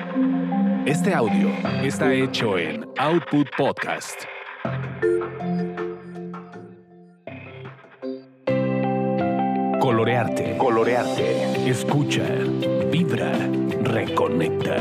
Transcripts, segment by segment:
Este audio está hecho en Output Podcast. Colorearte. Escucha, vibra, reconecta.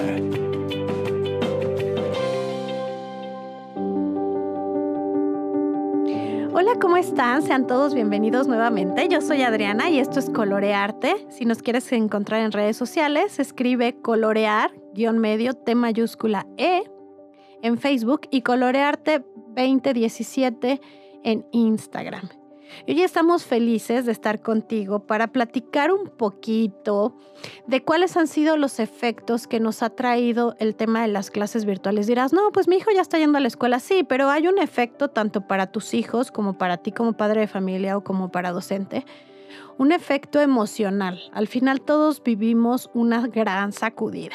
Hola, ¿cómo están? Sean todos bienvenidos nuevamente. Yo soy Adriana y esto es Colorearte. Si nos quieres encontrar en redes sociales, escribe colorear_medio T mayúscula E en Facebook y Colorearte 2017 en Instagram. Y hoy estamos felices de estar contigo para platicar un poquito de cuáles han sido los efectos que nos ha traído el tema de las clases virtuales. Dirás, no, pues mi hijo ya está yendo a la escuela. Sí, pero hay un efecto tanto para tus hijos como para ti como padre de familia o como para docente. Un efecto emocional. Al final todos vivimos una gran sacudida.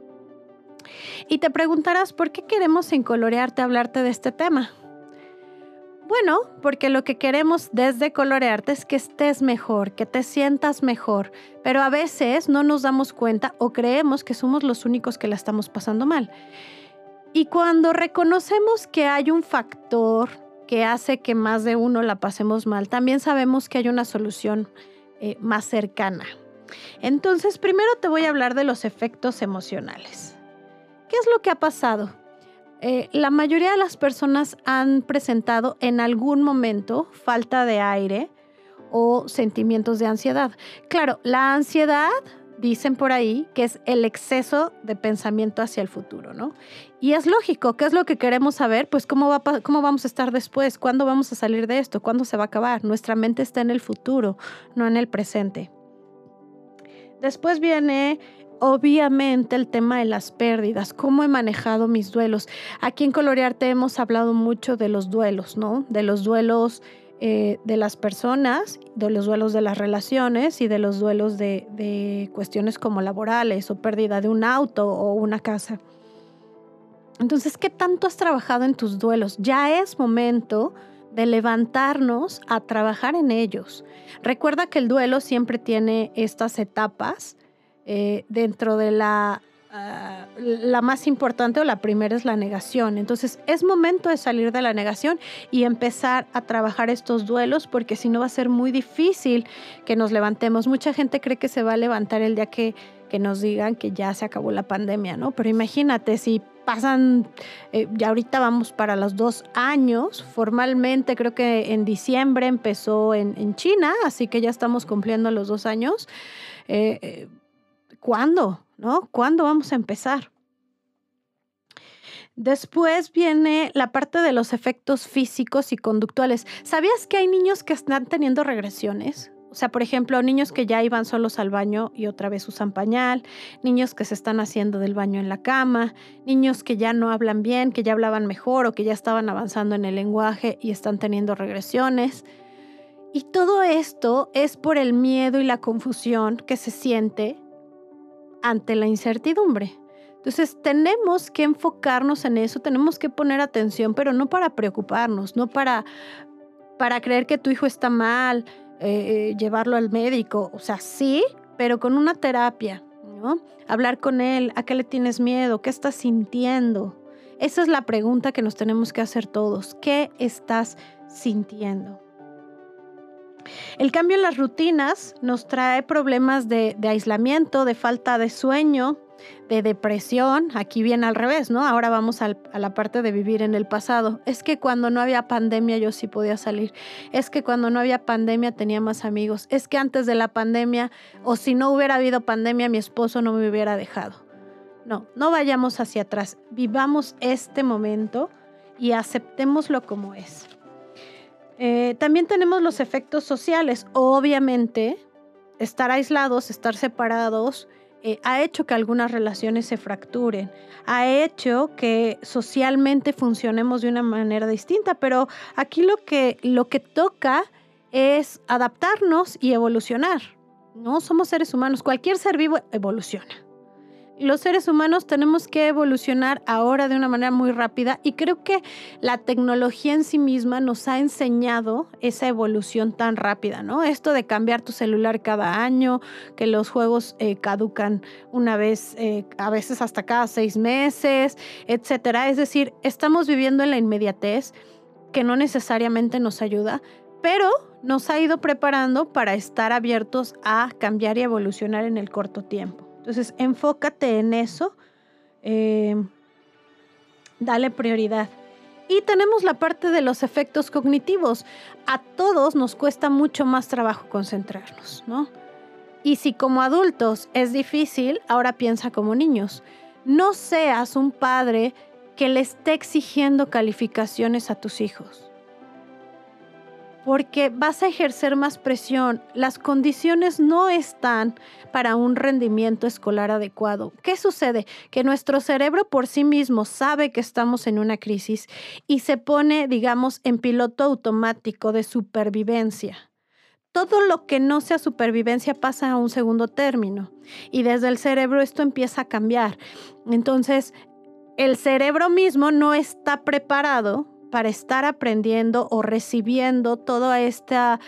Y te preguntarás, ¿por qué queremos en Colorearte hablarte de este tema? Bueno, porque lo que queremos desde Colorearte es que estés mejor, que te sientas mejor, pero a veces no nos damos cuenta o creemos que somos los únicos que la estamos pasando mal. Y cuando reconocemos que hay un factor que hace que más de uno la pasemos mal, también sabemos que hay una solución más cercana. Entonces, primero te voy a hablar de los efectos emocionales. ¿Qué es lo que ha pasado? La mayoría de las personas han presentado en algún momento falta de aire o sentimientos de ansiedad. Claro, la ansiedad, dicen por ahí, que es el exceso de pensamiento hacia el futuro, ¿no? Y es lógico, ¿qué es lo que queremos saber? Pues cómo vamos a estar después, cuándo vamos a salir de esto, cuándo se va a acabar. Nuestra mente está en el futuro, no en el presente. Después viene, obviamente, el tema de las pérdidas, cómo he manejado mis duelos. Aquí en Colorearte hemos hablado mucho de los duelos, ¿no? De los duelos de las personas, de los duelos de las relaciones y de los duelos de cuestiones como laborales o pérdida de un auto o una casa. Entonces, ¿qué tanto has trabajado en tus duelos? Ya es momento de levantarnos a trabajar en ellos. Recuerda que el duelo siempre tiene estas etapas. Dentro de la más importante o la primera es la negación. Entonces es momento de salir de la negación y empezar a trabajar estos duelos, porque si no va a ser muy difícil que nos levantemos. Mucha gente cree que se va a levantar el día que nos digan que ya se acabó la pandemia, ¿no? Pero imagínate, si pasan, ya ahorita vamos para los 2 años, formalmente creo que en diciembre empezó en China, así que ya estamos cumpliendo los 2 años. ¿Cuándo? ¿No? ¿Cuándo vamos a empezar? Después viene la parte de los efectos físicos y conductuales. ¿Sabías que hay niños que están teniendo regresiones? O sea, por ejemplo, niños que ya iban solos al baño y otra vez usan pañal, niños que se están haciendo del baño en la cama, niños que ya no hablan bien, que ya hablaban mejor o que ya estaban avanzando en el lenguaje y están teniendo regresiones. Y todo esto es por el miedo y la confusión que se siente ante la incertidumbre. Entonces tenemos que enfocarnos en eso, tenemos que poner atención, pero no para preocuparnos, no para creer que tu hijo está mal, llevarlo al médico. O sea, sí, pero con una terapia, ¿no? Hablar con él, ¿a qué le tienes miedo? ¿Qué estás sintiendo? Esa es la pregunta que nos tenemos que hacer todos. ¿Qué estás sintiendo? El cambio en las rutinas nos trae problemas de aislamiento, de falta de sueño, de depresión. Aquí viene al revés, ¿no? Ahora vamos a la parte de vivir en el pasado. Es que cuando no había pandemia yo sí podía salir. Es que cuando no había pandemia tenía más amigos. Es que antes de la pandemia, o si no hubiera habido pandemia, mi esposo no me hubiera dejado. No vayamos hacia atrás. Vivamos este momento y aceptémoslo como es. También tenemos los efectos sociales. Obviamente, estar aislados, estar separados, ha hecho que algunas relaciones se fracturen, ha hecho que socialmente funcionemos de una manera distinta, pero aquí lo que toca es adaptarnos y evolucionar, ¿no? Somos seres humanos, cualquier ser vivo evoluciona. Los seres humanos tenemos que evolucionar ahora de una manera muy rápida y creo que la tecnología en sí misma nos ha enseñado esa evolución tan rápida, ¿no? Esto de cambiar tu celular cada año, que los juegos caducan una vez, a veces hasta cada 6 meses, etcétera. Es decir, estamos viviendo en la inmediatez que no necesariamente nos ayuda, pero nos ha ido preparando para estar abiertos a cambiar y evolucionar en el corto tiempo. Entonces, enfócate en eso, dale prioridad. Y tenemos la parte de los efectos cognitivos. A todos nos cuesta mucho más trabajo concentrarnos, ¿no? Y si como adultos es difícil, ahora piensa como niños. No seas un padre que le esté exigiendo calificaciones a tus hijos, porque vas a ejercer más presión. Las condiciones no están para un rendimiento escolar adecuado. ¿Qué sucede? Que nuestro cerebro por sí mismo sabe que estamos en una crisis y se pone, digamos, en piloto automático de supervivencia. Todo lo que no sea supervivencia pasa a un segundo término y desde el cerebro esto empieza a cambiar. Entonces, el cerebro mismo no está preparado para estar aprendiendo o recibiendo toda esta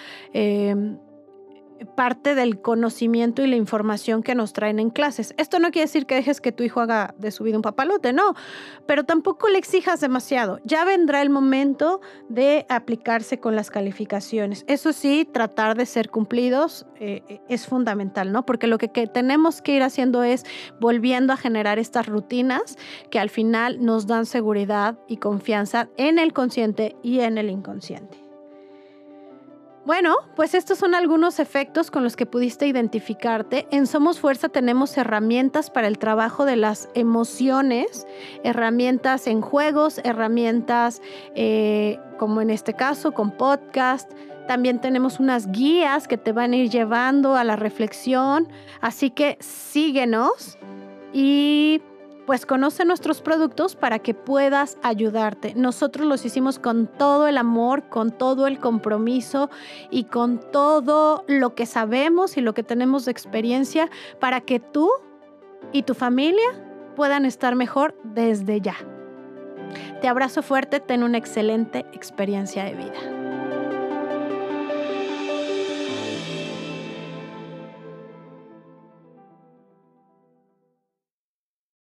parte del conocimiento y la información que nos traen en clases. Esto no quiere decir que dejes que tu hijo haga de su vida un papalote, no, pero tampoco le exijas demasiado. Ya vendrá el momento de aplicarse con las calificaciones. Eso sí, tratar de ser cumplidos es fundamental, ¿no? Porque lo que tenemos que ir haciendo es volviendo a generar estas rutinas que al final nos dan seguridad y confianza en el consciente y en el inconsciente. Bueno, pues estos son algunos efectos con los que pudiste identificarte. En Somos Fuerza tenemos herramientas para el trabajo de las emociones, herramientas en juegos, herramientas como en este caso con podcast. También tenemos unas guías que te van a ir llevando a la reflexión. Así que síguenos y pues conoce nuestros productos para que puedas ayudarte. Nosotros los hicimos con todo el amor, con todo el compromiso y con todo lo que sabemos y lo que tenemos de experiencia para que tú y tu familia puedan estar mejor desde ya. Te abrazo fuerte, ten una excelente experiencia de vida.